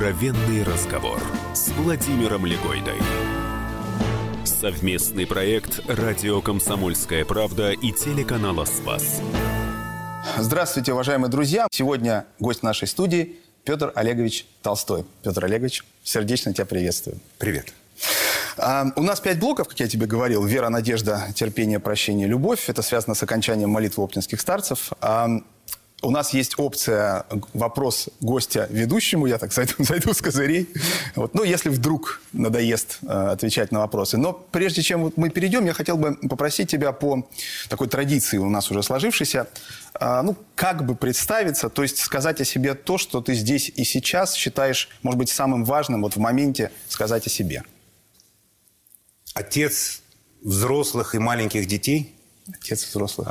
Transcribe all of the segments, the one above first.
Откровенный разговор с Владимиром Легойдой. Совместный проект «Радио Комсомольская правда» и телеканала «Спас». Здравствуйте, уважаемые друзья. Сегодня гость нашей студии Петр Олегович Толстой. Петр Олегович, сердечно тебя приветствую. Привет. У нас 5 блоков, как я тебе говорил. Вера, надежда, терпение, прощение, любовь. Это связано с окончанием молитвы оптинских старцев. У нас есть опция «Вопрос гостя ведущему». Я так зайду с козырей. Вот. Ну, если вдруг надоест отвечать на вопросы. Но прежде чем мы перейдем, я хотел бы попросить тебя по такой традиции у нас уже сложившейся, как бы представиться, то есть сказать о себе то, что ты здесь и сейчас считаешь, может быть, самым важным вот в моменте сказать о себе. Отец взрослых и маленьких детей. Отец взрослых.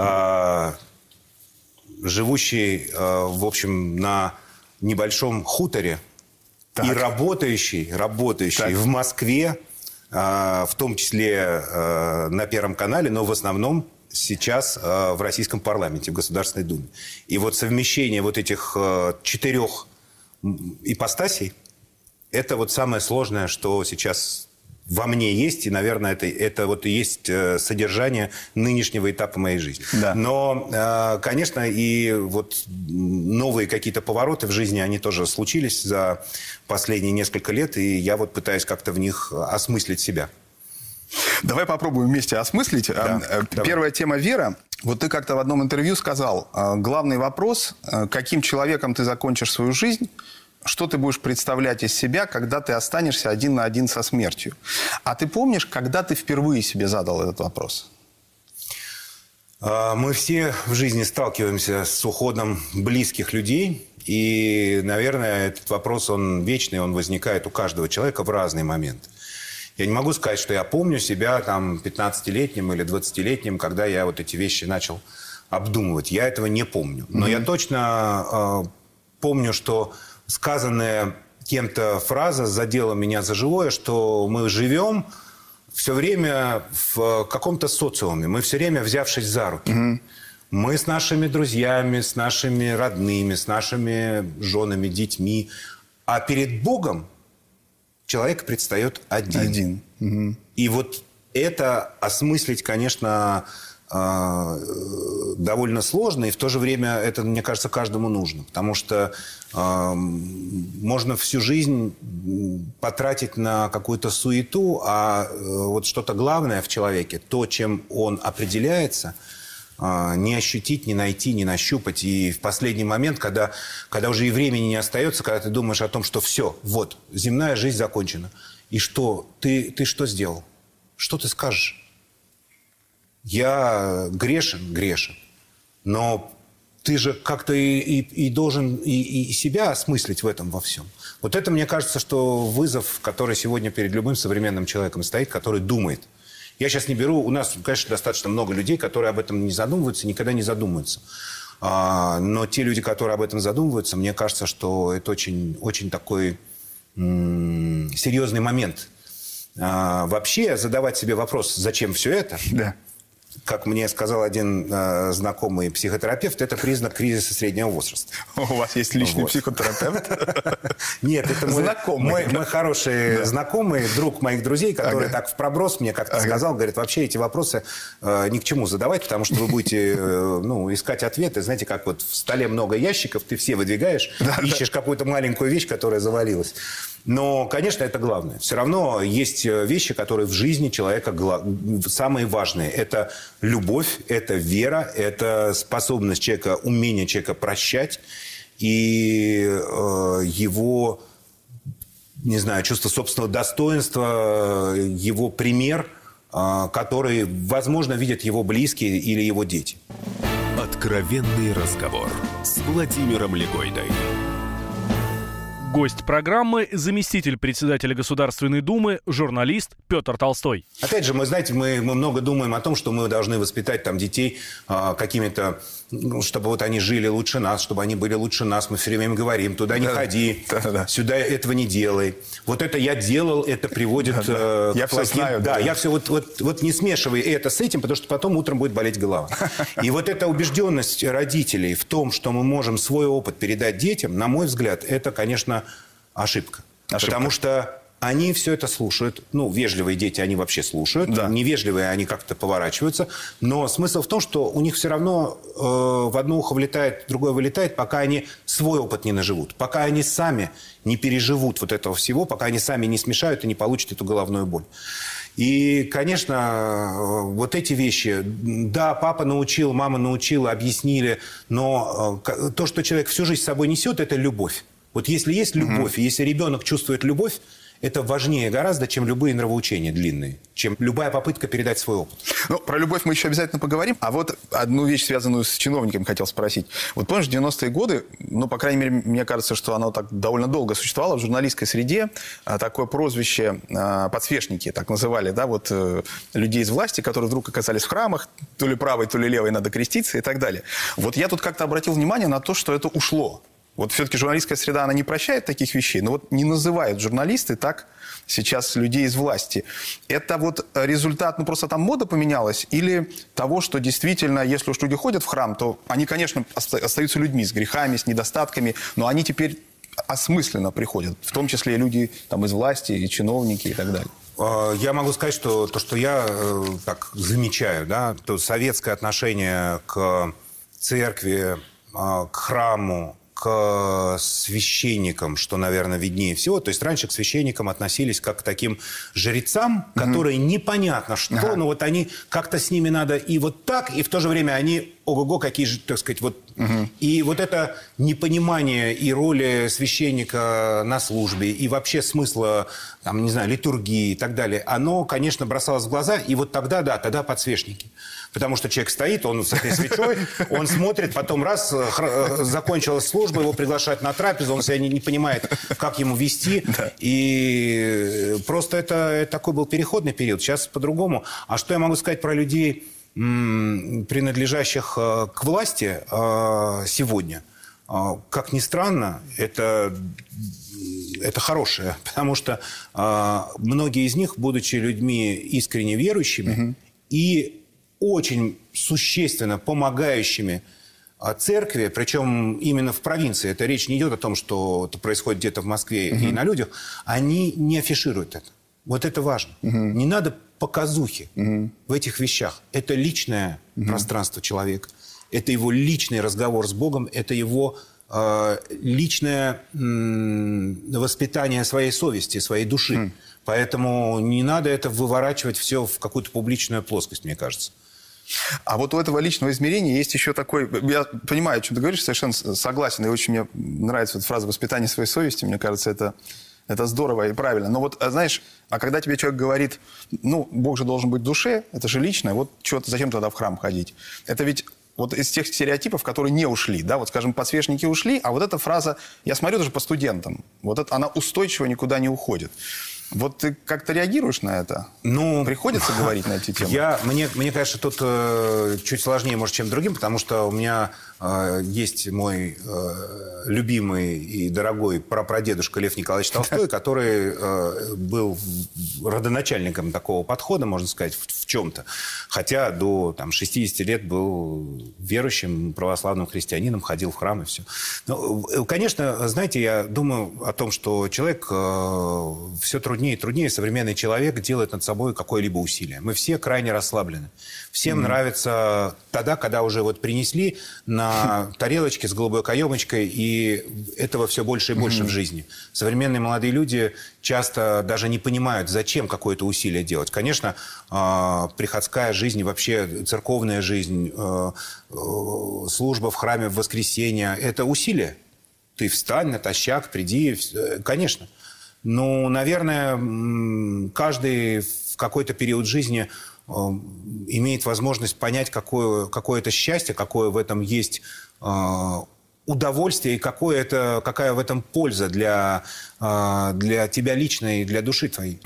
Живущий, в общем, на небольшом хуторе. Так. И работающий так. В Москве, в том числе на Первом канале, но в основном сейчас в российском парламенте, в Государственной Думе. И вот совмещение вот этих 4 ипостасей – это вот самое сложное, что сейчас во мне есть, и, наверное, это вот и есть содержание нынешнего этапа моей жизни. Да. Но, конечно, и вот новые какие-то повороты в жизни, они тоже случились за последние несколько лет, и я вот пытаюсь как-то в них осмыслить себя. Давай попробуем вместе осмыслить. Да, первая тема – вера. Вот ты как-то в одном интервью сказал, главный вопрос, каким человеком ты закончишь свою жизнь, что ты будешь представлять из себя, когда ты останешься один на один со смертью. А ты помнишь, когда ты впервые себе задал этот вопрос? Мы все в жизни сталкиваемся с уходом близких людей. И, наверное, этот вопрос, он вечный, он возникает у каждого человека в разный момент. Я не могу сказать, что я помню себя там 15-летним или 20-летним, когда я вот эти вещи начал обдумывать. Я этого не помню. Но я точно помню, что сказанная кем-то фраза задела меня за живое, что мы живем все время в каком-то социуме. Мы все время взявшись за руки. Мы с нашими друзьями, с нашими родными, с нашими женами, детьми. А перед Богом человек предстает один. И вот это осмыслить, конечно, довольно сложно, и в то же время это, мне кажется, каждому нужно. Потому что можно всю жизнь потратить на какую-то суету, а вот что-то главное в человеке, то, чем он определяется, не ощутить, не найти, не нащупать. И в последний момент, когда уже и времени не остается, когда ты думаешь о том, что все, вот, земная жизнь закончена. И что? Ты что сделал? Что ты скажешь? Я грешен, но ты же как-то и должен и себя осмыслить в этом во всем. Вот это, мне кажется, что вызов, который сегодня перед любым современным человеком стоит, который думает. Я сейчас не беру... У нас, конечно, достаточно много людей, которые об этом не задумываются, никогда не задумываются. Но те люди, которые об этом задумываются, мне кажется, что это очень, очень такой серьезный момент. Вообще задавать себе вопрос, зачем все это... Да. Как мне сказал один знакомый психотерапевт, это признак кризиса среднего возраста. У вас есть личный психотерапевт? Нет, это мой хороший знакомый, друг моих друзей, который так в проброс мне как-то сказал, говорит, вообще эти вопросы ни к чему задавать, потому что вы будете искать ответы. Знаете, как вот в столе много ящиков, ты все выдвигаешь, ищешь какую-то маленькую вещь, которая завалилась. Но, конечно, это главное. Все равно есть вещи, которые в жизни человека самые важные. Это любовь, это вера, это способность человека, умение человека прощать и его, не знаю, чувство собственного достоинства, его пример, который, возможно, видят его близкие или его дети. Откровенный разговор с Владимиром Легойдой. Гость программы – заместитель председателя Государственной Думы, журналист Петр Толстой. Опять же, мы много думаем о том, что мы должны воспитать там детей какими-то, чтобы вот они жили лучше нас, чтобы они были лучше нас. Мы все время им говорим, туда не ходи, сюда этого не делай. Вот это я делал, это приводит к я все знаю. Я все вот не смешивай это с этим, потому что потом утром будет болеть голова. И вот эта убежденность родителей в том, что мы можем свой опыт передать детям, на мой взгляд, это, конечно, ошибка. Потому что они все это слушают. Вежливые дети, они вообще слушают. Да. Невежливые, они как-то поворачиваются. Но смысл в том, что у них все равно в одно ухо влетает, в другое вылетает, пока они свой опыт не наживут. Пока они сами не переживут вот этого всего, пока они сами не смешают и не получат эту головную боль. И, конечно, вот эти вещи, да, папа научил, мама научила, объяснили, но то, что человек всю жизнь с собой несет, это любовь. Вот если есть любовь, если ребенок чувствует любовь, это важнее гораздо, чем любые нравоучения длинные, чем любая попытка передать свой опыт. Про любовь мы еще обязательно поговорим. А вот одну вещь, связанную с чиновниками, хотел спросить. Вот помнишь, в 90-е годы, по крайней мере, мне кажется, что оно так довольно долго существовало в журналистской среде, такое прозвище «подсвечники», так называли, да, вот людей из власти, которые вдруг оказались в храмах, то ли правой, то ли левой надо креститься и так далее. Вот я тут как-то обратил внимание на то, что это ушло. Вот все-таки журналистская среда, она не прощает таких вещей, но вот не называют журналисты так сейчас людей из власти. Это вот результат, просто там мода поменялась, или того, что действительно, если уж люди ходят в храм, то они, конечно, остаются людьми с грехами, с недостатками, но они теперь осмысленно приходят, в том числе и люди там из власти, и чиновники, и так далее. Я могу сказать, что то, что я так замечаю, да, то советское отношение к церкви, к храму, к священникам, что, наверное, виднее всего. То есть раньше к священникам относились как к таким жрецам, которые непонятно что, но вот они как-то с ними надо и вот так, и в то же время они, ого-го, какие же, так сказать, вот. И вот это непонимание и роли священника на службе, и вообще смысла, там, не знаю, литургии и так далее, оно, конечно, бросалось в глаза, и вот тогда, да, тогда подсвечники. Потому что человек стоит, он с этой свечой, он смотрит, потом раз, закончилась служба, его приглашают на трапезу, он себя не понимает, как ему вести. И просто это такой был переходный период. Сейчас по-другому. А что я могу сказать про людей, принадлежащих к власти сегодня? Как ни странно, это хорошее. Потому что многие из них, будучи людьми искренне верующими и очень существенно помогающими церкви, причем именно в провинции. Это речь не идет о том, что это происходит где-то в Москве и на людях. Они не афишируют это. Вот это важно. Не надо показухи в этих вещах. Это личное пространство человека. Это его личный разговор с Богом. Это его личное воспитание своей совести, своей души. Поэтому не надо это выворачивать все в какую-то публичную плоскость, мне кажется. А вот у этого личного измерения есть еще такой... Я понимаю, о чем ты говоришь, совершенно согласен. И очень мне нравится вот фраза «воспитание своей совести». Мне кажется, это здорово и правильно. Но вот, знаешь, а когда тебе человек говорит, Бог же должен быть в душе, это же личное, вот зачем тогда в храм ходить? Это ведь вот из тех стереотипов, которые не ушли, да, вот, скажем, подсвечники ушли, а вот эта фраза, я смотрю даже по студентам, вот это, она устойчиво никуда не уходит. Вот ты как-то реагируешь на это? Приходится говорить на эти темы? Мне кажется, тут чуть сложнее, может, чем другим, потому что у меня есть мой любимый и дорогой прапрадедушка Лев Николаевич Толстой, который был родоначальником такого подхода, можно сказать, в чем-то. Хотя до 60 лет был верующим православным христианином, ходил в храм и все. Но, конечно, знаете, я думаю о том, что человек все труднее и труднее, современный человек делает над собой какое-либо усилие. Мы все крайне расслаблены. Всем нравится тогда, когда уже вот принесли на тарелочке с голубой каемочкой, и этого все больше и больше в жизни. Современные молодые люди часто даже не понимают, зачем какое-то усилие делать. Конечно, приходская жизнь, вообще церковная жизнь, служба в храме в воскресенье – это усилие. Ты встань, натощак, приди, конечно. Но, наверное, каждый в какой-то период жизни имеет возможность понять, какое-то счастье, какое в этом есть удовольствие и какая в этом польза для тебя лично и для души твоей.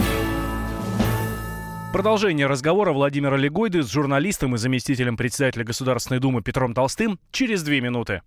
Продолжение разговора Владимира Легойды с журналистом и заместителем председателя Государственной Думы Петром Толстым через 2 минуты.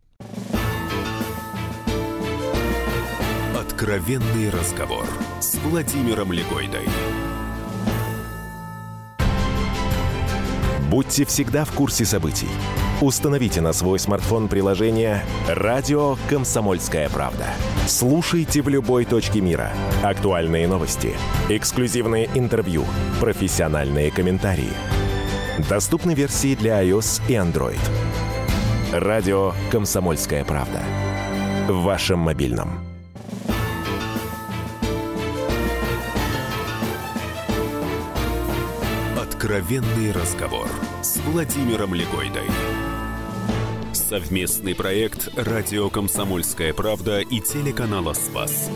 Откровенный разговор с Владимиром Легойдой. Будьте всегда в курсе событий. Установите на свой смартфон приложение «Радио Комсомольская правда». Слушайте в любой точке мира. Актуальные новости, эксклюзивные интервью, профессиональные комментарии. Доступны версии для iOS и Android. «Радио Комсомольская правда». В вашем мобильном. Откровенный разговор с Владимиром Легойдой. Совместный проект «Радио Комсомольская правда» и телеканала «Спас».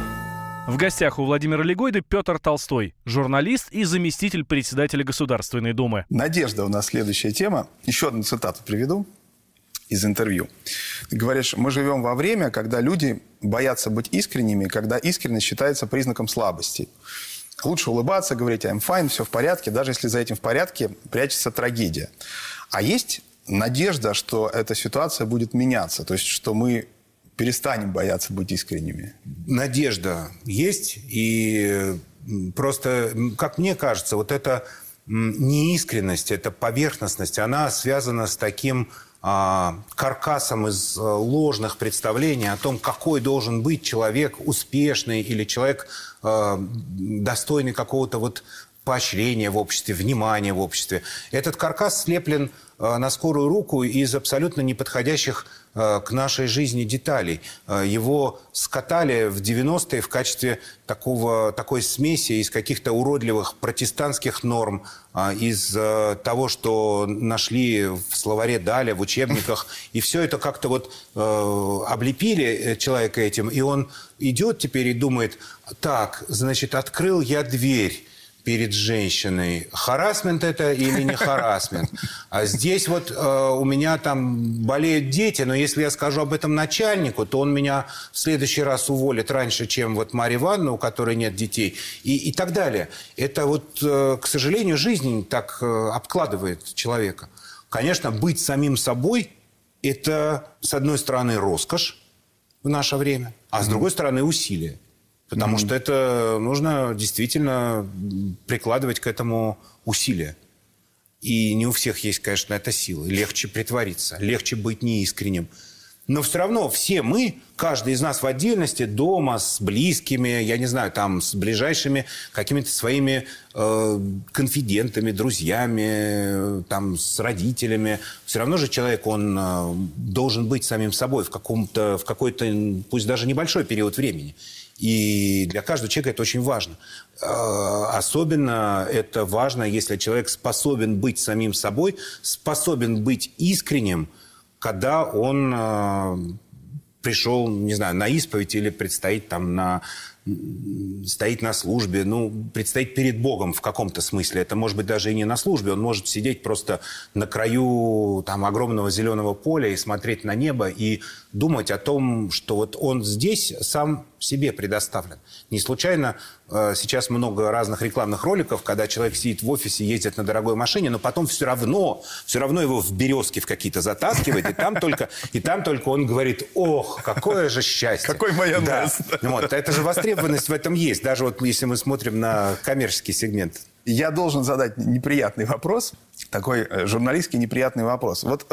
В гостях у Владимира Легойды Петр Толстой, журналист и заместитель председателя Государственной Думы. Надежда у нас следующая тема. Еще одну цитату приведу из интервью. Ты говоришь, мы живем во время, когда люди боятся быть искренними, когда искренность считается признаком слабости. Лучше улыбаться, говорить «I'm fine», все в порядке, даже если за этим в порядке прячется трагедия. А есть надежда, что эта ситуация будет меняться, то есть что мы перестанем бояться быть искренними? Надежда есть, и просто, как мне кажется, вот эта неискренность, эта поверхностность, она связана с таким каркасом из ложных представлений о том, какой должен быть человек успешный или человек достойный какого-то вот поощрения в обществе, внимания в обществе. Этот каркас слеплен на скорую руку из абсолютно неподходящих к нашей жизни деталей. Его скатали в 90-е в качестве такой смеси из каких-то уродливых протестантских норм, из того, что нашли в словаре Даля, в учебниках. И все это как-то вот облепили человека этим. И он идет теперь и думает, так, значит, открыл я дверь перед женщиной. Харассмент это или не харассмент? А здесь вот у меня там болеют дети, но если я скажу об этом начальнику, то он меня в следующий раз уволит раньше, чем вот Марья Ивановна, у которой нет детей, и так далее. Это вот, к сожалению, жизнь так обкладывает человека. Конечно, быть самим собой – это, с одной стороны, роскошь в наше время, а с другой стороны, усилие. Потому что это нужно действительно прикладывать к этому усилия. И не у всех есть, конечно, эта сила. Легче притвориться, легче быть неискренним. Но все равно все мы, каждый из нас в отдельности, дома, с близкими, я не знаю, там, с ближайшими какими-то своими конфидентами, друзьями, там, с родителями. Все равно же человек, он должен быть самим собой в какой-то, пусть даже небольшой период времени. И для каждого человека это очень важно. Особенно это важно, если человек способен быть самим собой, способен быть искренним, когда он пришел, не знаю, на исповедь или предстоит там стоит на службе, предстоит перед Богом в каком-то смысле. Это может быть даже и не на службе. Он может сидеть просто на краю там огромного зеленого поля и смотреть на небо и думать о том, что вот он здесь сам себе предоставлен. Не случайно сейчас много разных рекламных роликов, когда человек сидит в офисе, ездит на дорогой машине, но потом все равно его в березки в какие-то затаскивает, и там только он говорит, ох, какое же счастье. Какой майонез. Да. Вот, это же востребованность в этом есть, даже вот если мы смотрим на коммерческий сегмент. Я должен задать неприятный вопрос, такой журналистский неприятный вопрос. Вот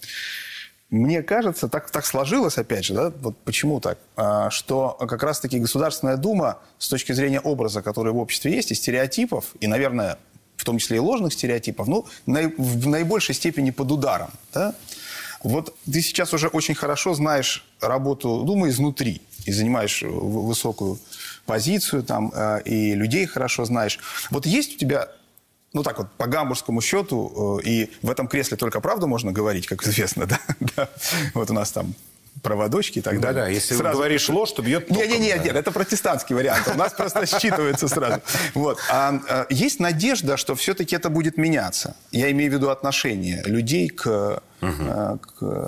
мне кажется, так сложилось, опять же, да, вот почему так, что как раз-таки Государственная Дума с точки зрения образа, который в обществе есть, и стереотипов, и, наверное, в том числе и ложных стереотипов, в наибольшей степени под ударом. Да? Вот ты сейчас уже очень хорошо знаешь работу Думы изнутри и занимаешь высокую позицию там, и людей хорошо знаешь. Вот есть у тебя... так вот, по гамбургскому счету, и в этом кресле только правду можно говорить, как известно, да? Да. Вот у нас там проводочки и так далее. Да, если сразу говоришь ложь, то бьет током. Нет, это протестантский вариант. У нас просто считывается сразу. Вот. Есть надежда, что все-таки это будет меняться. Я имею в виду отношение людей к...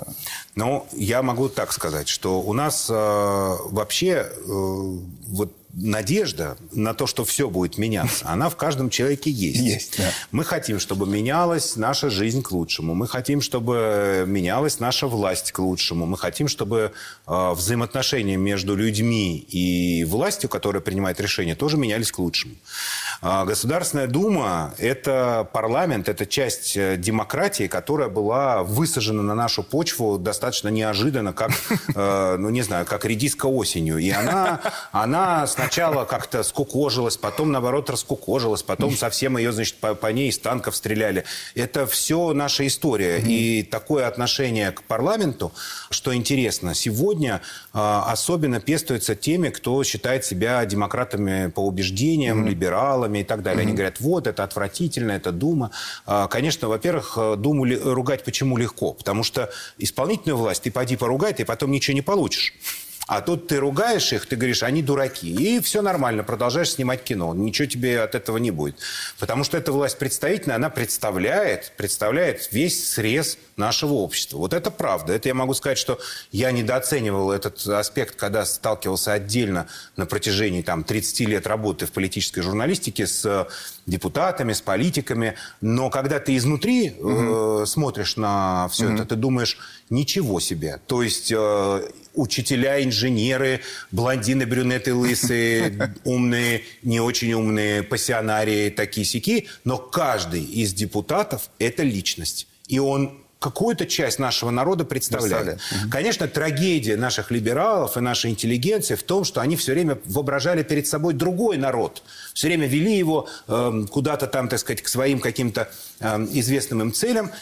Я могу так сказать, что у нас вообще вот надежда на то, что все будет меняться, она в каждом человеке есть. Да. Мы хотим, чтобы менялась наша жизнь к лучшему. Мы хотим, чтобы менялась наша власть к лучшему. Мы хотим, чтобы взаимоотношения между людьми и властью, которая принимает решения, тоже менялись к лучшему. Государственная Дума – это парламент, это часть демократии, которая была высажена на нашу почву достаточно неожиданно, как, не знаю, как редиска осенью. И она сначала как-то скукожилась, потом, наоборот, раскукожилась, потом совсем ее, значит, по ней из танков стреляли. Это все наша история. И такое отношение к парламенту, что интересно, сегодня особенно пестуется теми, кто считает себя демократами по убеждениям, либералами и так далее. Они говорят, вот, это отвратительно, это Дума. Конечно, во-первых, Думу ругать почему легко? Потому что исполнительную власть ты поди поругай, ты потом ничего не получишь. А тут ты ругаешь их, ты говоришь, они дураки. И все нормально, продолжаешь снимать кино. Ничего тебе от этого не будет. Потому что эта власть представительная, она представляет весь срез нашего общества. Вот это правда. Это я могу сказать, что я недооценивал этот аспект, когда сталкивался отдельно на протяжении 30 лет работы в политической журналистике с депутатами, с политиками. Но когда ты изнутри смотришь на все это, ты думаешь, ничего себе. То есть учителя, инженеры, блондины, брюнеты, лысые, умные, не очень умные, пассионарии, такие-сяки. Но каждый из депутатов – это личность. И он какую-то часть нашего народа представляет. Конечно, трагедия наших либералов и нашей интеллигенции в том, что они все время воображали перед собой другой народ. Все время вели его куда-то там, так сказать, к своим каким-то известным им целям.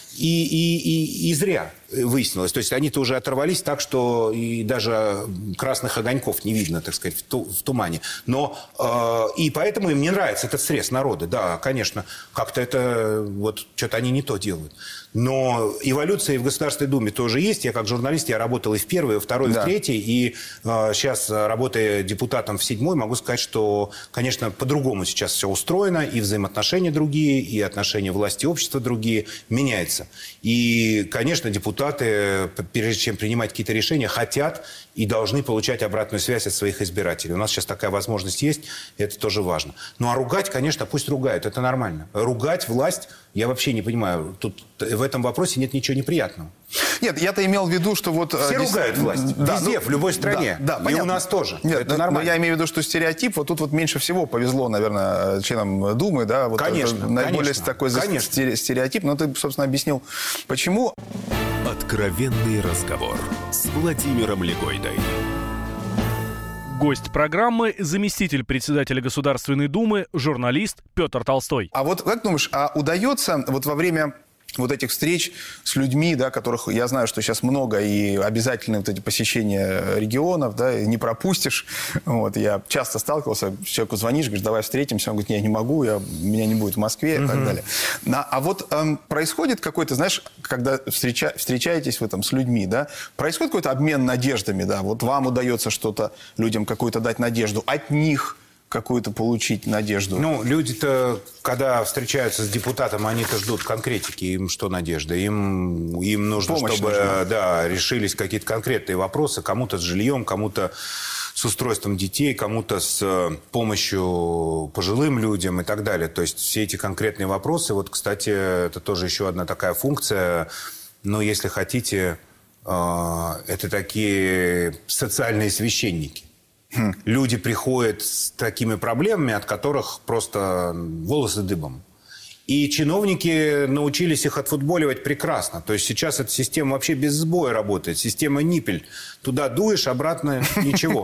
И зря выяснилось. То есть они-то уже оторвались так, что и даже красных огоньков не видно, так сказать, в тумане. Но и поэтому им не нравится этот срез народа. Да, конечно, как-то это вот что-то они не то делают. Но эволюция в Государственной Думе тоже есть. Я как журналист, я работал и в первой, и во второй, и в третьей. И сейчас, работая депутатом в седьмой, могу сказать, что, конечно, по-другому сейчас все устроено. И взаимоотношения другие, и отношения власти и общества другие. Меняется. И, конечно, депутаты, прежде чем принимать какие-то решения, хотят и должны получать обратную связь от своих избирателей. У нас сейчас такая возможность есть, и это тоже важно. Ну, а ругать, конечно, пусть ругают, это нормально. Ругать власть, я вообще не понимаю, тут в этом вопросе нет ничего неприятного. Нет, я-то имел в виду, что вот... Все ругают власть. Везде, в любой стране. Да, и у нас тоже. Нет, это нормально. Но я имею в виду, что стереотип, вот тут вот меньше всего повезло, наверное, членам Думы, да? Вот конечно. Наиболее такой стереотип, но ты, собственно, объяснил, почему. Откровенный разговор с Владимиром Легойдой. Гость программы – заместитель председателя Государственной Думы, журналист Петр Толстой. А вот как думаешь, удается вот во время вот этих встреч с людьми, да, которых я знаю, что сейчас много, и обязательные вот эти посещения регионов, да, и не пропустишь. Вот, я часто сталкивался, человеку звонишь, говоришь, давай встретимся, он говорит, я не могу, меня не будет в Москве и так далее. А вот происходит какой-то, знаешь, когда встречаетесь вы там с людьми, да, происходит какой-то обмен надеждами, да, вот вам удается что-то людям какую-то дать надежду, от них какую-то получить надежду? Ну, люди-то, когда встречаются с депутатом, они-то ждут конкретики. Им что надежда? Им нужно, помощь чтобы нужна. Да, решились какие-то конкретные вопросы. Кому-то с жильем, кому-то с устройством детей, кому-то с помощью пожилым людям и так далее. То есть все эти конкретные вопросы. Вот, кстати, это тоже еще одна такая функция. Но если хотите, это такие социальные священники. Люди приходят с такими проблемами, от которых просто волосы дыбом. И чиновники научились их отфутболивать прекрасно. То есть сейчас эта система вообще без сбоя работает. Система Ниппель. Туда дуешь, обратно ничего.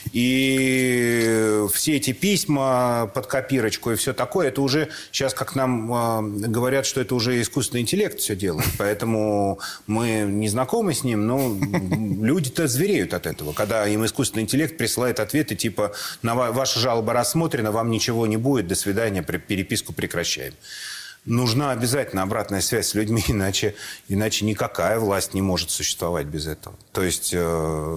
И все эти письма под копирочку и все такое, это уже сейчас, как нам говорят, что это уже искусственный интеллект все делает. Поэтому мы не знакомы с ним, но люди-то звереют от этого. Когда им искусственный интеллект присылает ответы типа «Ваша жалоба рассмотрена, вам ничего не будет, до свидания, переписку прекращаем». Нужна обязательно обратная связь с людьми, иначе никакая власть не может существовать без этого. То есть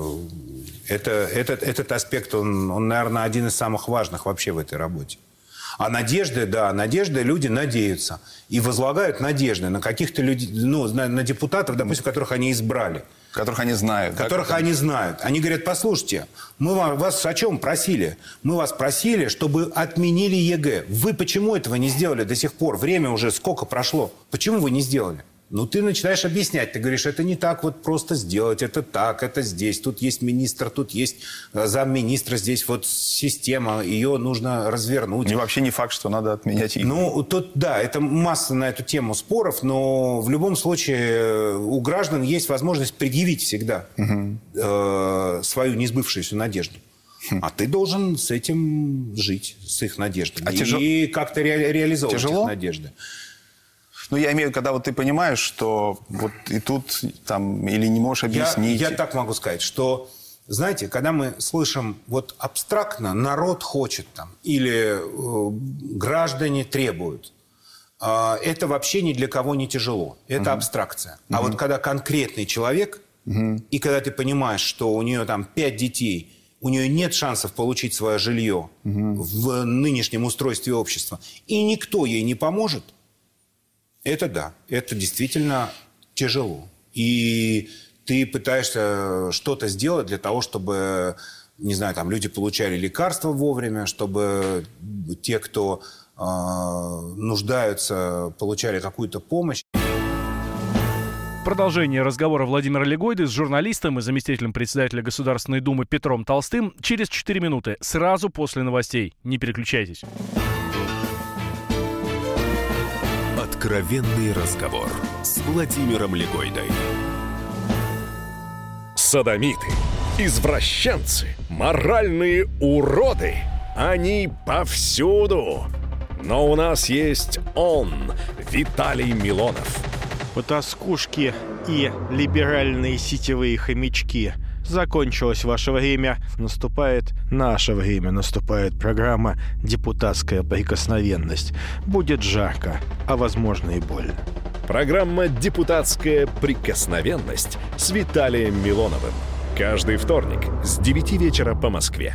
этот аспект, он, наверное, один из самых важных вообще в этой работе. А надежды, да, надежды люди надеются. И возлагают надежды на каких-то людей, ну, на депутатов, допустим, которых они избрали. Которых они знают. Которых они знают. Они говорят, послушайте, мы вас о чем просили? Мы вас просили, чтобы отменили ЕГЭ. Вы почему этого не сделали до сих пор? Время уже сколько прошло? Почему вы не сделали? Ну, ты начинаешь объяснять. Ты говоришь, это не так вот просто сделать. Это так, это здесь. Тут есть министр, тут есть замминистра. Здесь вот система. Ее нужно развернуть. И вообще не факт, что надо отменять ЕГЭ. Ну, тут, да, это масса на эту тему споров. Но в любом случае у граждан есть возможность предъявить всегда свою несбывшуюся надежду. А ты должен с этим жить, с их надеждами. И как-то реализовывать их надежды. Ну, я имею в виду, когда вот ты понимаешь, что вот и тут там или не можешь объяснить. Я так могу сказать, что, знаете, когда мы слышим вот абстрактно народ хочет там или граждане требуют, это вообще ни для кого не тяжело. Это абстракция. А вот когда конкретный человек, и когда ты понимаешь, что у нее там 5 детей, у нее нет шансов получить свое жилье в нынешнем устройстве общества, и никто ей не поможет, это да, это действительно тяжело. И ты пытаешься что-то сделать для того, чтобы, не знаю, там люди получали лекарства вовремя, чтобы те, кто нуждаются, получали какую-то помощь. Продолжение разговора Владимира Легойды с журналистом и заместителем председателя Государственной Думы Петром Толстым через 4 минуты, сразу после новостей. Не переключайтесь. Откровенный разговор с Владимиром Легойдой. Содомиты, извращенцы, моральные уроды. Они повсюду. Но у нас есть он, Виталий Милонов. Потаскушки и либеральные сетевые хомячки. Закончилось ваше время, наступает наше время, наступает программа «Депутатская прикосновенность». Будет жарко, а возможно и больно. Программа «Депутатская прикосновенность» с Виталием Милоновым. Каждый вторник с 9 вечера по Москве.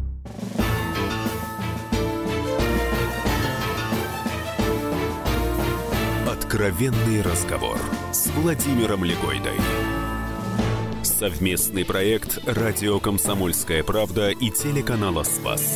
Откровенный разговор с Владимиром Легойдой. Совместный проект «Радио Комсомольская правда» и телеканала «Спас».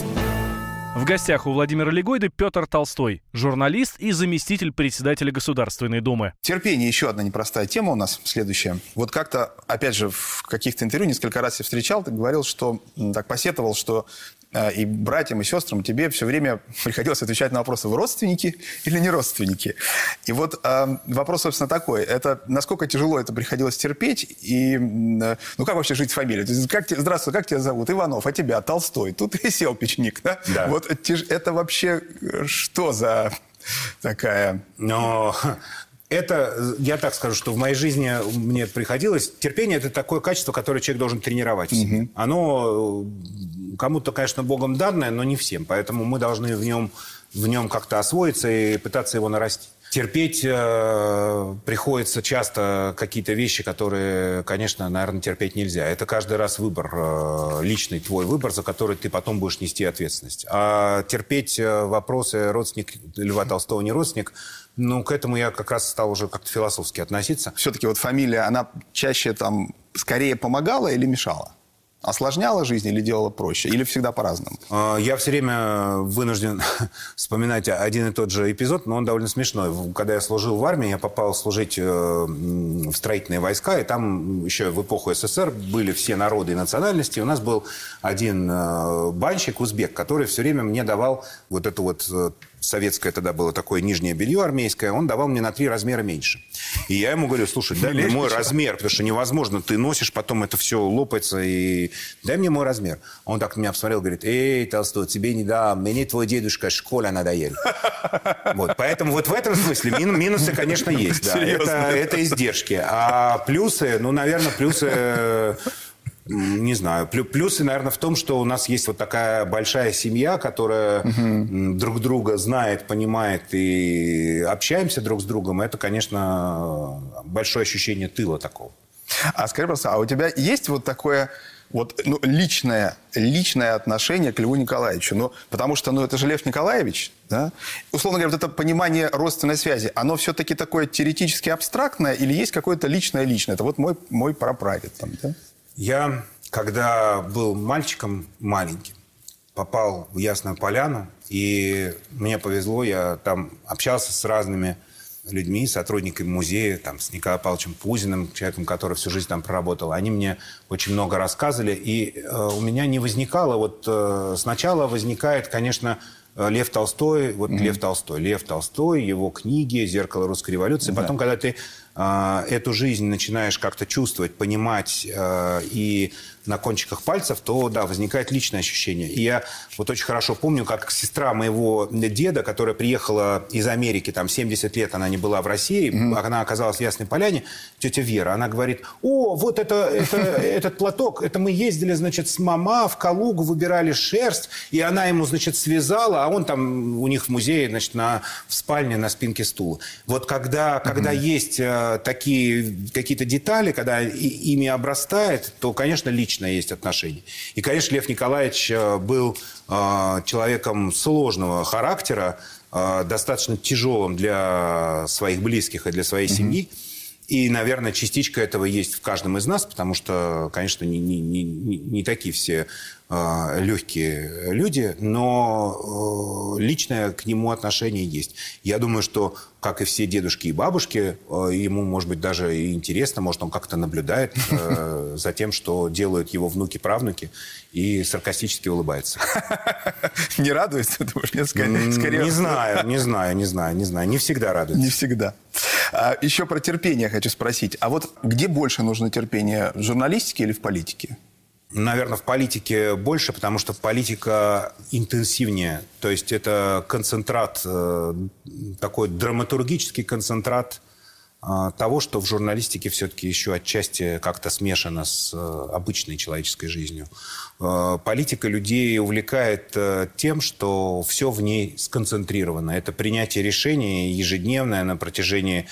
В гостях у Владимира Легойды Петр Толстой, журналист и заместитель председателя Государственной Думы. Терпение — еще одна непростая тема у нас следующая. Вот как-то, опять же, в каких-то интервью несколько раз я встречал, ты говорил, что так посетовал, что и братьям, и сестрам тебе все время приходилось отвечать на вопросы: вы родственники или не родственники? И вот вопрос, собственно, такой. Это насколько тяжело это приходилось терпеть? И ну как вообще жить с фамилией? То есть, здравствуй, как тебя зовут? Иванов, а тебя? Толстой. Тут и Селпичник, да? Да. Вот это вообще что за такая... Но... Это, я так скажу, что в моей жизни мне приходилось... Терпение – это такое качество, которое человек должен тренировать в себе. Оно кому-то, конечно, Богом данное, но не всем. Поэтому мы должны в нем как-то освоиться и пытаться его нарастить. Терпеть приходится часто какие-то вещи, которые, конечно, наверное, терпеть нельзя. Это каждый раз выбор, личный твой выбор, за который ты потом будешь нести ответственность. А терпеть вопросы родственник Льва Толстого, не родственник, ну, к этому я как раз стал уже как-то философски относиться. Все-таки вот фамилия, она чаще там скорее помогала или мешала? Осложняла жизнь или делала проще? Или всегда по-разному? Я все время вынужден вспоминать один и тот же эпизод, но он довольно смешной. Когда я служил в армии, я попал служить в строительные войска, и там еще в эпоху СССР были все народы и национальности. У нас был один банщик, узбек, который все время мне давал вот эту вот... Советское тогда было такое нижнее белье армейское, он давал мне на 3 размера меньше. И я ему говорю: слушай, дай мне мой размер, потому что невозможно, ты носишь, потом это все лопается, и дай мне мой размер. Он так на меня посмотрел, говорит: эй, Толстой, тебе не дам, мне твой дедушка в школе надоел. Вот, поэтому вот в этом смысле минусы, конечно, есть. Да. Это издержки. А плюсы, ну, наверное, плюсы... Не знаю. Плюсы, наверное, в том, что у нас есть вот такая большая семья, которая друг друга знает, понимает и общаемся друг с другом. Это, конечно, большое ощущение тыла такого. А скажи просто, а у тебя есть вот такое Вот личное отношение к Льву Николаевичу. Потому что это же Лев Николаевич. Да? Условно говоря, вот это понимание родственной связи, оно все-таки такое теоретически абстрактное или есть какое-то личное? Это вот мой прапрадед. Там, да? Я, когда был мальчиком маленьким, попал в Ясную Поляну, и мне повезло, я там общался с разными людьми, сотрудниками музея, там, с Николаем Павловичем Пузиным, человеком, который всю жизнь там проработал. Они мне очень много рассказывали, и у меня не возникало... сначала возникает, конечно, Лев Толстой, Лев Толстой, его книги «Зеркало русской революции». Да. Потом, когда ты эту жизнь начинаешь как-то чувствовать, понимать и на кончиках пальцев, то, да, возникает личное ощущение. И я вот очень хорошо помню, как сестра моего деда, которая приехала из Америки, там, 70 лет она не была в России, она оказалась в Ясной Поляне, тетя Вера, она говорит: о, вот этот платок, это мы ездили, значит, с мама в Калугу, выбирали шерсть, и она ему, значит, связала, а он там у них в музее, значит, в спальне на спинке стула. Вот когда есть такие какие-то детали, когда ими обрастает, то, конечно, личное есть отношение. И, конечно, Лев Николаевич был человеком сложного характера, достаточно тяжелым для своих близких и для своей семьи. И, наверное, частичка этого есть в каждом из нас, потому что, конечно, не такие все легкие люди, но личное к нему отношение есть. Я думаю, что, как и все дедушки и бабушки, ему, может быть, даже и интересно, может, он как-то наблюдает за тем, что делают его внуки-правнуки, и саркастически улыбается. Не радуется? Не знаю. Не всегда радуется. Не всегда. Еще про терпение хочу спросить. А вот где больше нужно терпение? В журналистике или в политике? Наверное, в политике больше, потому что политика интенсивнее. То есть это концентрат, такой драматургический концентрат того, что в журналистике все-таки еще отчасти как-то смешано с обычной человеческой жизнью. Политика людей увлекает тем, что все в ней сконцентрировано. Это принятие решений ежедневное на протяжении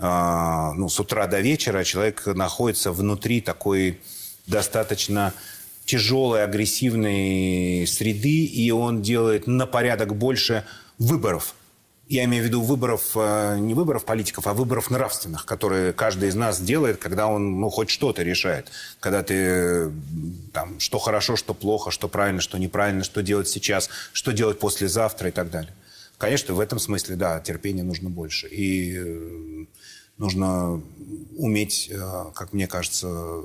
с утра до вечера. Человек находится внутри такой достаточно тяжелой, агрессивной среды, и он делает на порядок больше выборов. Я имею в виду выборов, не выборов политиков, а выборов нравственных, которые каждый из нас делает, когда он хоть что-то решает. Когда ты там, что хорошо, что плохо, что правильно, что неправильно, что делать сейчас, что делать послезавтра и так далее. Конечно, в этом смысле, да, терпения нужно больше. И нужно уметь, как мне кажется,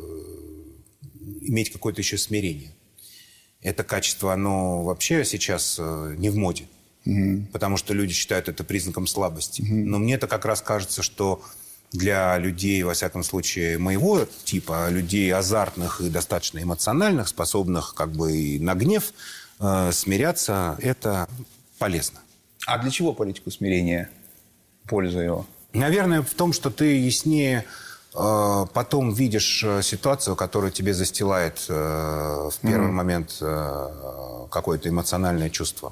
иметь какое-то еще смирение. Это качество, оно вообще сейчас не в моде. Потому что люди считают это признаком слабости. Но мне-то как раз кажется, что для людей, во всяком случае, моего типа, людей азартных и достаточно эмоциональных, способных как бы и на гнев смиряться, это полезно. А для чего политику смирения? Польза его? Наверное, в том, что ты яснее потом видишь ситуацию, которая тебе застилает в первый момент какое-то эмоциональное чувство.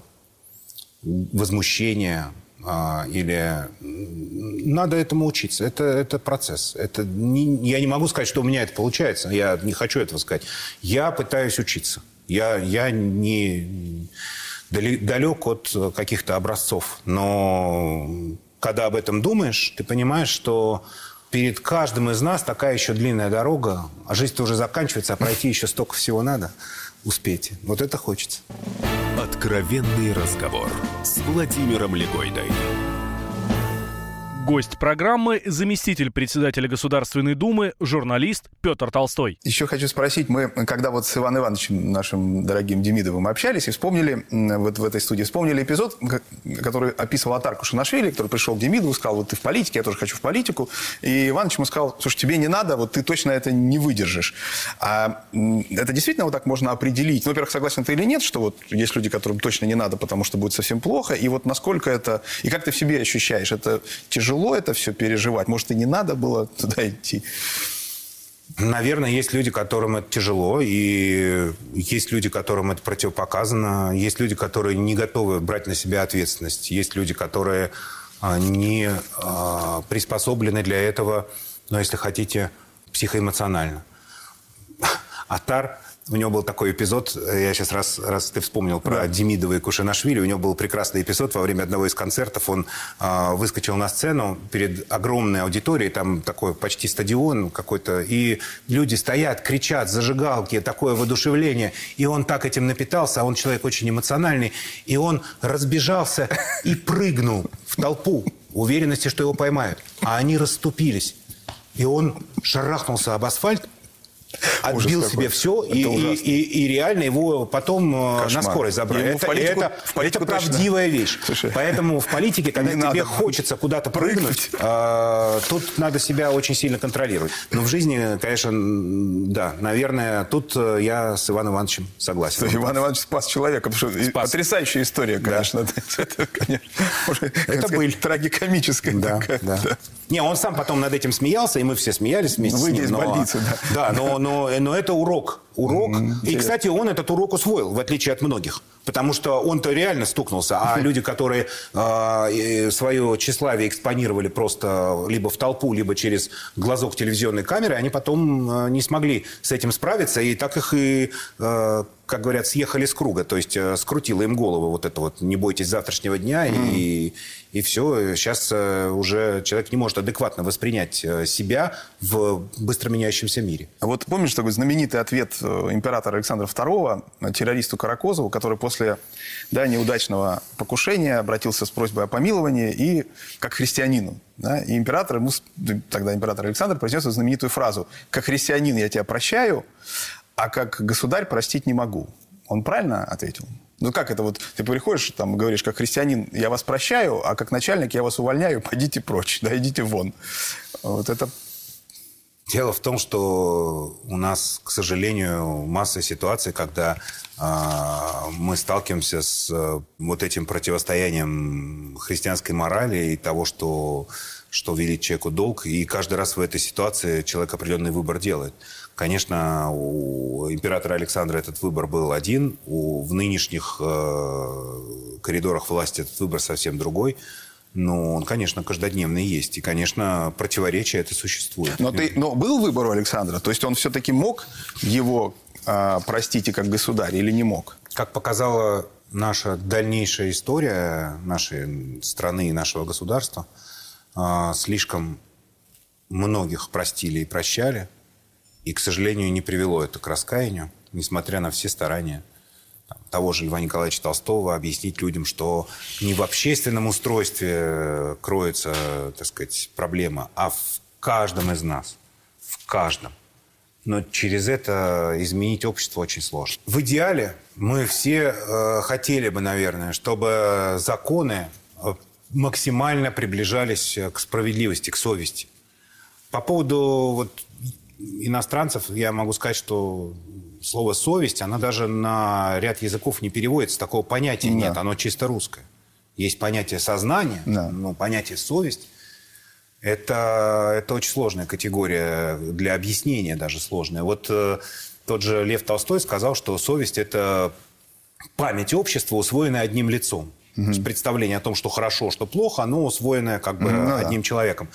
Возмущение или... Надо этому учиться. Это процесс. Я не могу сказать, что у меня это получается. Я не хочу этого сказать. Я пытаюсь учиться. Я не далек от каких-то образцов. Но когда об этом думаешь, ты понимаешь, что перед каждым из нас такая еще длинная дорога, а жизнь-то уже заканчивается, а пройти еще столько всего надо. Успейте. Вот это хочется. Откровенный разговор с Владимиром Легойдой. Гость программы – заместитель председателя Государственной Думы, журналист Петр Толстой. Еще хочу спросить, мы когда вот с Иваном Ивановичем, нашим дорогим Демидовым, общались и вспомнили, вот в этой студии, вспомнили эпизод, который описывал Атар Кушанашвили, который пришел к Демидову и сказал: вот ты в политике, я тоже хочу в политику. И Иванович ему сказал: слушай, тебе не надо, вот ты точно это не выдержишь. А это действительно вот так можно определить? Ну, во-первых, согласен ты или нет, что вот есть люди, которым точно не надо, потому что будет совсем плохо, и вот насколько это... И как ты в себе ощущаешь? Это тяжело это все переживать? Может, и не надо было туда идти? Наверное, есть люди, которым это тяжело, и есть люди, которым это противопоказано, есть люди, которые не готовы брать на себя ответственность, есть люди, которые не приспособлены для этого, но, если хотите, психоэмоционально. Атар У него был такой эпизод, я сейчас, раз ты вспомнил про Демидова и Кушанашвили, у него был прекрасный эпизод во время одного из концертов. Он выскочил на сцену перед огромной аудиторией, там такой почти стадион какой-то, и люди стоят, кричат, зажигалки, такое воодушевление. И он так этим напитался, а он человек очень эмоциональный, и он разбежался и прыгнул в толпу в уверенности, что его поймают. А они расступились. И он шарахнулся об асфальт, отбил себе все, и реально его потом на скорость забрали. Это правдивая вещь. Слушай, поэтому в политике, когда тебе хочется куда-то прыгнуть, тут надо себя очень сильно контролировать. Но в жизни, конечно, да, наверное, тут я с Иваном Ивановичем согласен. Иван Иванович спас человека, потому что потрясающая история, конечно. Это быль трагикомическая. Да. Не, он сам потом над этим смеялся, и мы все смеялись вместе с ним. Выйдя из больницы, да. Да, но это урок. И, кстати, он этот урок усвоил, в отличие от многих. Потому что он-то реально стукнулся. А люди, которые свое тщеславие экспонировали просто либо в толпу, либо через глазок телевизионной камеры, они потом не смогли с этим справиться. И так их и, как говорят, съехали с круга. То есть скрутило им голову вот это вот «не бойтесь завтрашнего дня». И все. Сейчас уже человек не может адекватно воспринять себя в быстро меняющемся мире. А вот помнишь такой знаменитый ответ императора Александра II террористу Каракозову, который после неудачного покушения обратился с просьбой о помиловании и как христианину. Да? И тогда император Александр произнес эту знаменитую фразу: «Как христианин я тебя прощаю, а как государь простить не могу». Он правильно ответил? Ну как это вот, ты приходишь, там говоришь, как христианин я вас прощаю, а как начальник я вас увольняю, пойдите прочь, идите вон. Вот это... Дело в том, что у нас, к сожалению, масса ситуаций, когда мы сталкиваемся с вот этим противостоянием христианской морали и того, что велит человеку долг. И каждый раз в этой ситуации человек определенный выбор делает. Конечно, у императора Александра этот выбор был один. В нынешних коридорах власти этот выбор совсем другой. Но он, конечно, каждодневный есть. И, конечно, противоречие это существует. Но был выбор у Александра? То есть он все-таки мог его простить и как государь или не мог? Как показала наша дальнейшая история нашей страны и нашего государства, слишком многих простили и прощали. И, к сожалению, не привело это к раскаянию, несмотря на все старания того же Льва Николаевича Толстого объяснить людям, что не в общественном устройстве кроется, так сказать, проблема, а в каждом из нас. В каждом. Но через это изменить общество очень сложно. В идеале мы все хотели бы, наверное, чтобы законы максимально приближались к справедливости, к совести. По поводу иностранцев я могу сказать, что слово «совесть», оно даже на ряд языков не переводится. Такого понятия нет, оно чисто русское. Есть понятие сознания, но понятие «совесть» – это очень сложная категория, для объяснения даже сложная. Вот тот же Лев Толстой сказал, что совесть – это память общества, усвоенная одним лицом. То есть представление о том, что хорошо, что плохо, оно усвоенное одним человеком.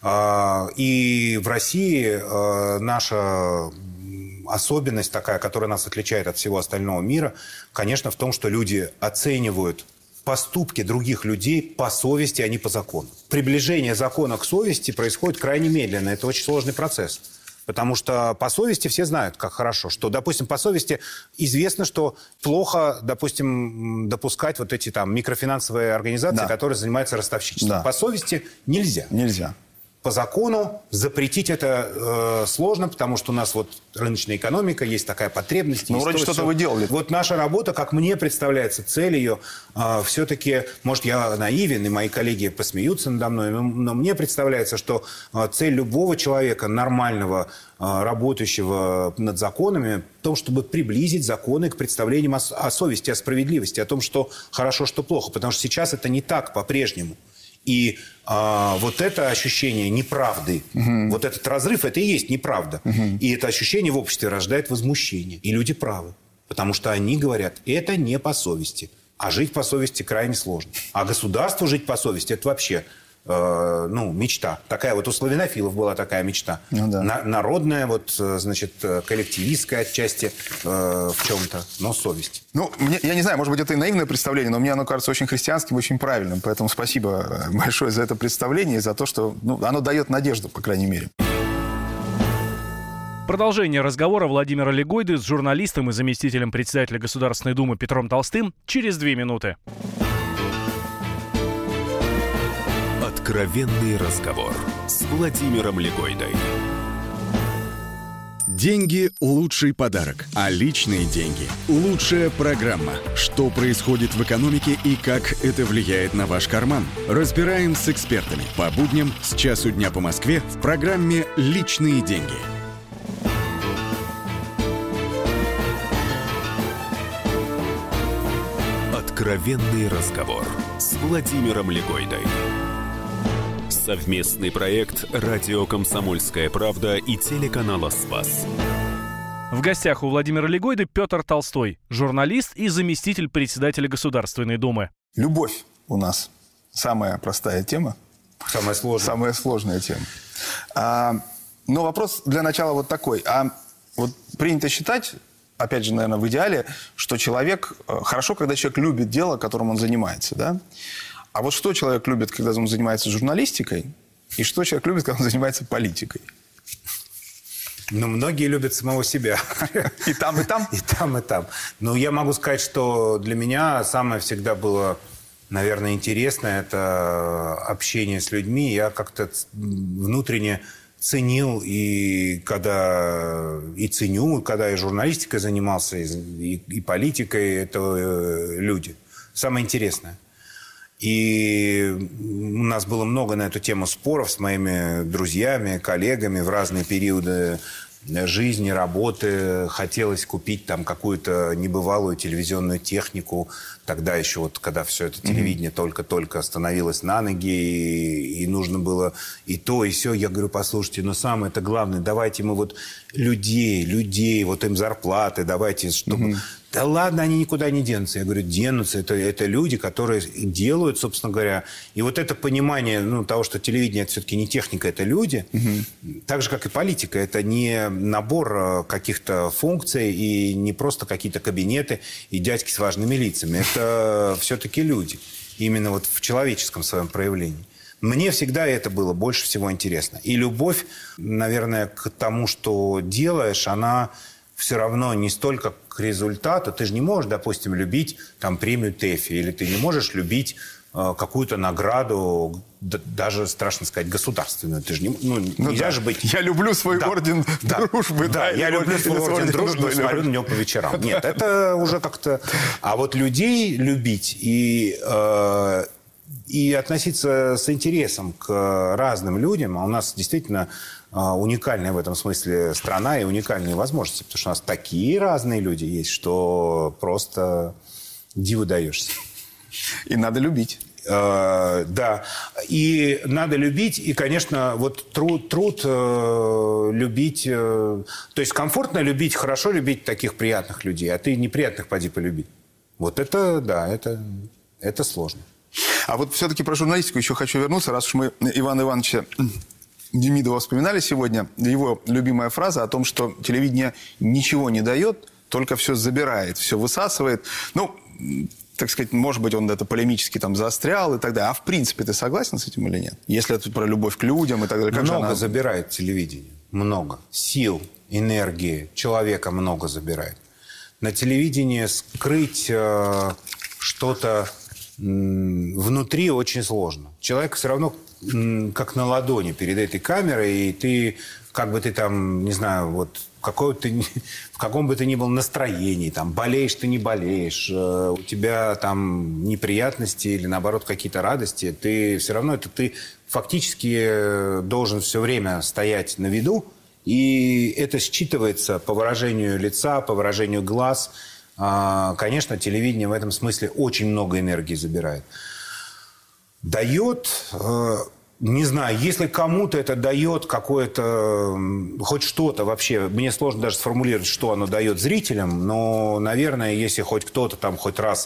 И в России наша особенность такая, которая нас отличает от всего остального мира, конечно, в том, что люди оценивают поступки других людей по совести, а не по закону. Приближение закона к совести происходит крайне медленно. Это очень сложный процесс. Потому что по совести все знают, как хорошо. Что, допустим, по совести известно, что плохо, допустим, допускать вот эти там микрофинансовые организации, которые занимаются ростовщичеством. По совести нельзя. Нельзя. По закону запретить это сложно, потому что у нас вот рыночная экономика, есть такая потребность. Ну, вроде что-то вы делали. Вот наша работа, как мне представляется, цель ее все-таки, может, я наивен, и мои коллеги посмеются надо мной, но мне представляется, что цель любого человека, нормального, работающего над законами, в том, чтобы приблизить законы к представлениям о совести, о справедливости, о том, что хорошо, что плохо. Потому что сейчас это не так по-прежнему. И вот это ощущение неправды, вот этот разрыв, это и есть неправда. И это ощущение в обществе рождает возмущение. И люди правы. Потому что они говорят, это не по совести. А жить по совести крайне сложно. А государству жить по совести, это вообще мечта. Такая вот у славянофилов была такая мечта. Ну, да. Народная, коллективистская отчасти в чем-то, но совесть. Я не знаю, может быть, это и наивное представление, но мне оно кажется очень христианским, очень правильным. Поэтому спасибо большое за это представление и за то, что оно дает надежду, по крайней мере. Продолжение разговора Владимира Легойды с журналистом и заместителем председателя Государственной Думы Петром Толстым через 2 минуты. Откровенный разговор с Владимиром Легойдой. Деньги – лучший подарок, а личные деньги – лучшая программа. Что происходит в экономике и как это влияет на ваш карман? Разбираем с экспертами по будням с часу дня по Москве в программе «Личные деньги». Откровенный разговор с Владимиром Легойдой. Совместный проект «Радио Комсомольская правда» и телеканала «Спас». В гостях у Владимира Легойды Петр Толстой, журналист и заместитель председателя Государственной Думы. Любовь у нас самая простая тема. Самая сложная. Самая сложная тема. Но вопрос для начала вот такой. Принято считать, опять же, наверное, в идеале, что хорошо, когда человек любит дело, которым он занимается, да? А вот что человек любит, когда он занимается журналистикой, и что человек любит, когда он занимается политикой? Многие любят самого себя. И там, и там? И там, и там. Я могу сказать, что для меня самое всегда было, наверное, интересное – это общение с людьми. Я как-то внутренне ценил ценю, когда я журналистикой занимался, и политикой – это люди. Самое интересное. И у нас было много на эту тему споров с моими друзьями, коллегами в разные периоды жизни, работы. Хотелось купить там какую-то небывалую телевизионную технику. Тогда еще, когда все это телевидение только-только становилось на ноги, и нужно было и то, и сё. Я говорю, послушайте, самое-то главное, давайте мы людей, им зарплаты, давайте, чтобы... Да ладно, они никуда не денутся. Я говорю, денутся. Это люди, которые делают, собственно говоря. И это понимание того, что телевидение – это все-таки не техника, это люди. Так же, как и политика. Это не набор каких-то функций и не просто какие-то кабинеты и дядьки с важными лицами. Это все-таки люди. Именно в человеческом своем проявлении. Мне всегда это было больше всего интересно. И любовь, наверное, к тому, что делаешь, она... все равно не столько к результату. Ты же не можешь, допустим, любить премию ТЭФИ, или ты не можешь любить какую-то награду, даже, страшно сказать, государственную. Ты же нельзя же быть... Я люблю свой орден дружбы. Да, я люблю свой орден дружбы, смотрю на него по вечерам. Нет, это уже как-то... А людей любить и относиться с интересом к разным людям, а у нас действительно... уникальная в этом смысле страна и уникальные возможности. Потому что у нас такие разные люди есть, что просто диву даешься. И надо любить. Да. И надо любить. И, конечно, труд любить... То есть комфортно любить, хорошо любить таких приятных людей. А ты неприятных поди полюби. Это сложно. А все-таки про журналистику еще хочу вернуться. Раз уж мы Ивана Ивановича... Демидова вспоминали сегодня, его любимая фраза о том, что телевидение ничего не дает, только все забирает, все высасывает. Так сказать, может быть, он это полемически заострял и так далее. А в принципе, ты согласен с этим или нет? Если это про любовь к людям и так далее. Много забирает телевидение. Много. Сил, энергии, человека много забирает. На телевидении скрыть что-то внутри очень сложно. Человек все равно... как на ладони перед этой камерой, и ты, как бы ты не знаю, в каком бы ты ни был настроении, болеешь ты, не болеешь, у тебя неприятности или, наоборот, какие-то радости, ты все равно, ты фактически должен все время стоять на виду, и это считывается по выражению лица, по выражению глаз. Конечно, телевидение в этом смысле очень много энергии забирает. Дает, не знаю, если кому-то это дает какое-то, хоть что-то вообще, мне сложно даже сформулировать, что оно дает зрителям, но, наверное, если хоть кто-то хоть раз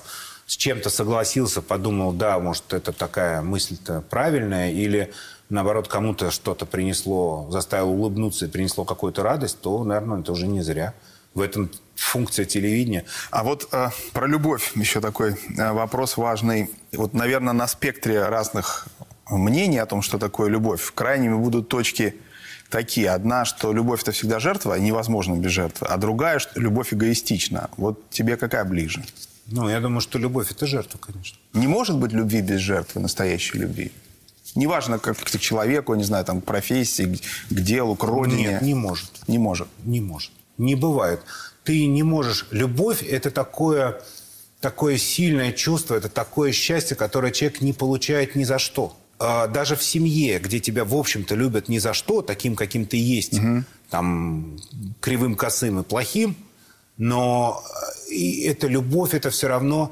с чем-то согласился, подумал, да, может, это такая мысль-то правильная, или, наоборот, кому-то что-то принесло, заставило улыбнуться и принесло какую-то радость, то, наверное, это уже не зря. В этом функция телевидения. А вот про любовь еще такой вопрос важный. Вот, наверное, на спектре разных мнений о том, что такое любовь, крайними будут точки такие. Одна, что любовь – это всегда жертва, невозможно без жертвы. А другая, что любовь эгоистична. Вот тебе какая ближе? Ну, я думаю, что любовь – это жертва, конечно. Не может быть любви без жертвы, настоящей любви? Неважно, как к человеку, не знаю, там, к профессии, к делу, к родине. Нет, не может. Не может. Не может. Не бывает. Ты не можешь. Любовь – это такое сильное чувство, это такое счастье, которое человек не получает ни за что. Даже в семье, где тебя, в общем-то, любят ни за что, таким, каким ты есть, там, кривым, косым и плохим, но эта любовь – это все равно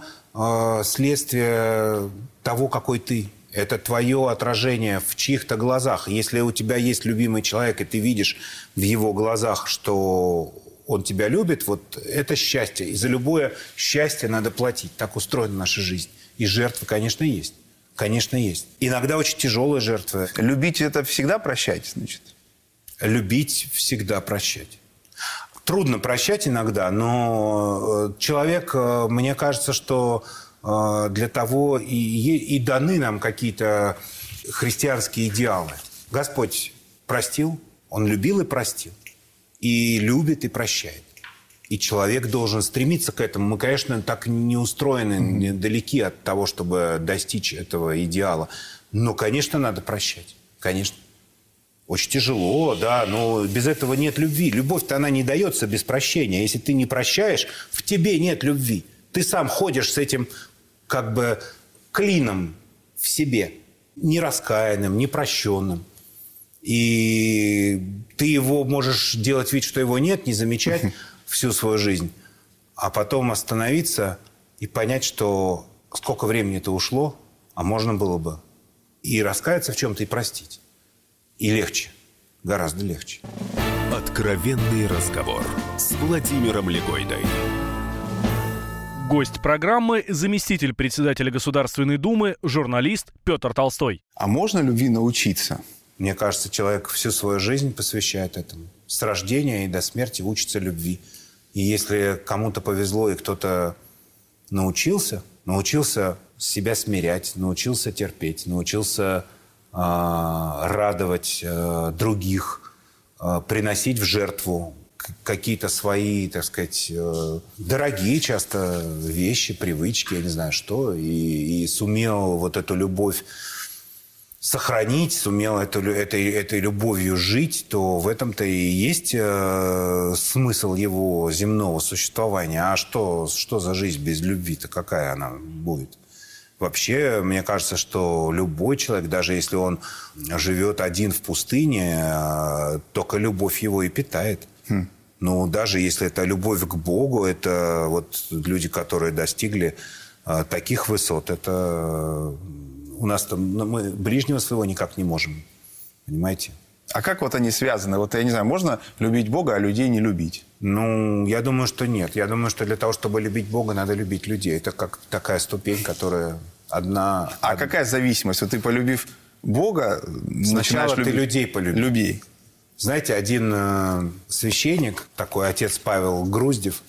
следствие того, какой ты. Это твое отражение в чьих-то глазах. Если у тебя есть любимый человек, и ты видишь в его глазах, что он тебя любит, вот это счастье. И за любое счастье надо платить. Так устроена наша жизнь. И жертвы, конечно, есть. Конечно, есть. Иногда очень тяжелые жертвы. Любить – это всегда прощать, значит? Любить – всегда прощать. Трудно прощать иногда, но человек, мне кажется, что для того и даны нам какие-то христианские идеалы. Господь простил, Он любил и простил. И любит, и прощает. И человек должен стремиться к этому. Мы, конечно, так не устроены, далеки от того, чтобы достичь этого идеала. Но, конечно, надо прощать. Конечно. Очень тяжело, да, но без этого нет любви. Любовь-то она не дается без прощения. Если ты не прощаешь, в тебе нет любви. Ты сам ходишь с этим как бы клином в себе. Нераскаянным, непрощенным. И ты его можешь делать вид, что его нет, не замечать всю свою жизнь, а потом остановиться и понять, что сколько времени это ушло, а можно было бы и раскаяться в чем-то, и простить. И легче, гораздо легче. Откровенный разговор с Владимиром Легойдой. Гость программы – заместитель председателя Государственной Думы, журналист Петр Толстой. А можно любви научиться? Мне кажется, человек всю свою жизнь посвящает этому. С рождения и до смерти учится любви. И если кому-то повезло, и кто-то научился себя смирять, научился терпеть, научился радовать других, приносить в жертву какие-то свои, так сказать, дорогие часто вещи, привычки, я не знаю что, и сумел вот эту любовь сохранить, сумел этой любовью жить, то в этом-то и есть смысл его земного существования. А что за жизнь без любви-то? Какая она будет? Вообще, мне кажется, что любой человек, даже если он живет один в пустыне, только любовь его и питает. Ну, даже если это любовь к Богу, это вот люди, которые достигли таких высот, это... У нас там, мы ближнего своего никак не можем. Понимаете? А как вот они связаны? Вот я не знаю, можно любить Бога, а людей не любить? Ну, я думаю, что нет. Я думаю, что для того, чтобы любить Бога, надо любить людей. Это как такая ступень, которая одна... А какая зависимость? Вот ты, полюбив Бога, сначала ты людей полюби. Люби. Знаете, один священник, такой отец Павел Груздев,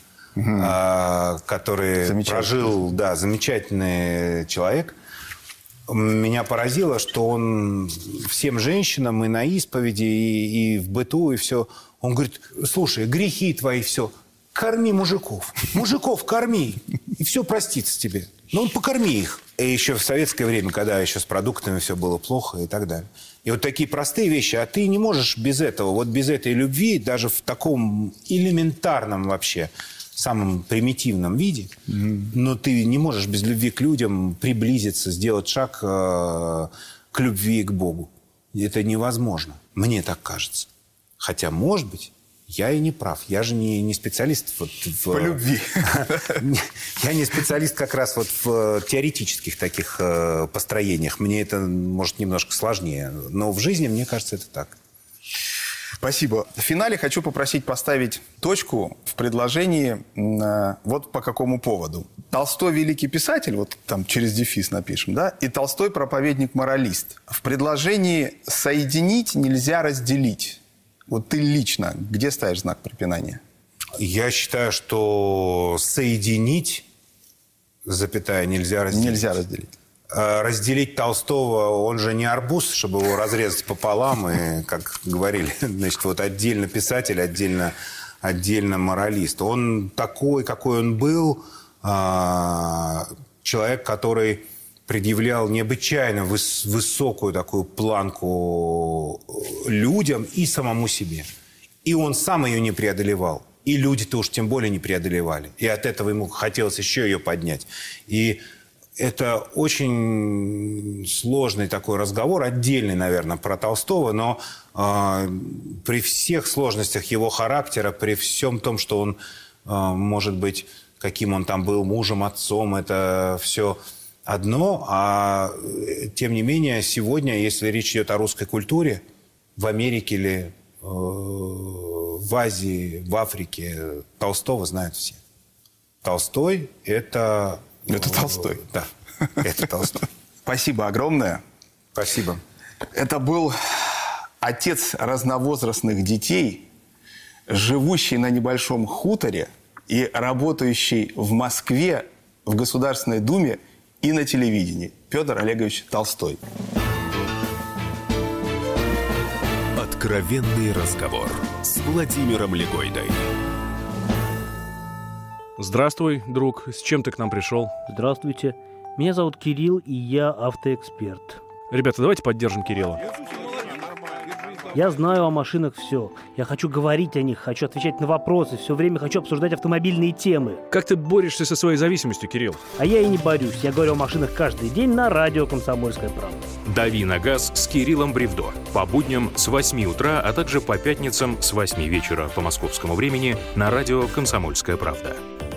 который прожил, да, замечательный человек, меня поразило, что он всем женщинам и на исповеди, и в быту, и все. Он говорит: слушай, грехи твои все, корми мужиков. Мужиков корми, и все простится тебе. Ну, покорми их. И еще в советское время, когда еще с продуктами все было плохо и так далее. И вот такие простые вещи. А ты не можешь без этого, вот без этой любви, даже в таком элементарном вообще, самом примитивном виде, но ты не можешь без любви к людям приблизиться, сделать шаг к любви и к Богу. Это невозможно. Мне так кажется. Хотя, может быть, я и не прав. Я же не специалист по любви. Я не специалист как раз вот в теоретических таких построениях. Мне это, может, немножко сложнее. Но в жизни, мне кажется, это так. Спасибо. В финале хочу попросить поставить точку в предложении вот по какому поводу. Толстой великий писатель, вот там через дефис напишем, да, и Толстой проповедник-моралист. В предложении «соединить нельзя разделить». Вот ты лично где ставишь знак препинания? Я считаю, что соединить, запятая, нельзя разделить. Нельзя разделить. Разделить Толстого, он же не арбуз, чтобы его разрезать пополам, и, как говорили, значит, вот отдельно писатель, отдельно моралист. Он такой, какой он был, человек, который предъявлял необычайно высокую такую планку людям и самому себе. И он сам ее не преодолевал. И люди-то уж тем более не преодолевали. И от этого ему хотелось еще ее поднять. И это очень сложный такой разговор, отдельный, наверное, про Толстого, но при всех сложностях его характера, при всем том, что он, может быть, каким он там был мужем, отцом, это все одно. А тем не менее, сегодня, если речь идет о русской культуре, в Америке или в Азии, в Африке, Толстого знают все. Толстой – это... Это Толстой. Да, это Толстой. Спасибо огромное. Спасибо. Это был отец разновозрастных детей, живущий на небольшом хуторе и работающий в Москве, в Государственной Думе и на телевидении. Петр Олегович Толстой. Откровенный разговор с Владимиром Легойдой. Здравствуй, друг. С чем ты к нам пришел? Здравствуйте. Меня зовут Кирилл, и я автоэксперт. Ребята, давайте поддержим Кирилла. Я знаю о машинах все. Я хочу говорить о них, хочу отвечать на вопросы, все время хочу обсуждать автомобильные темы. Как ты борешься со своей зависимостью, Кирилл? А я и не борюсь. Я говорю о машинах каждый день на радио «Комсомольская правда». «Дави на газ» с Кириллом Бревдо. По будням с 8 утра, а также по пятницам с 8 вечера по московскому времени на радио «Комсомольская правда».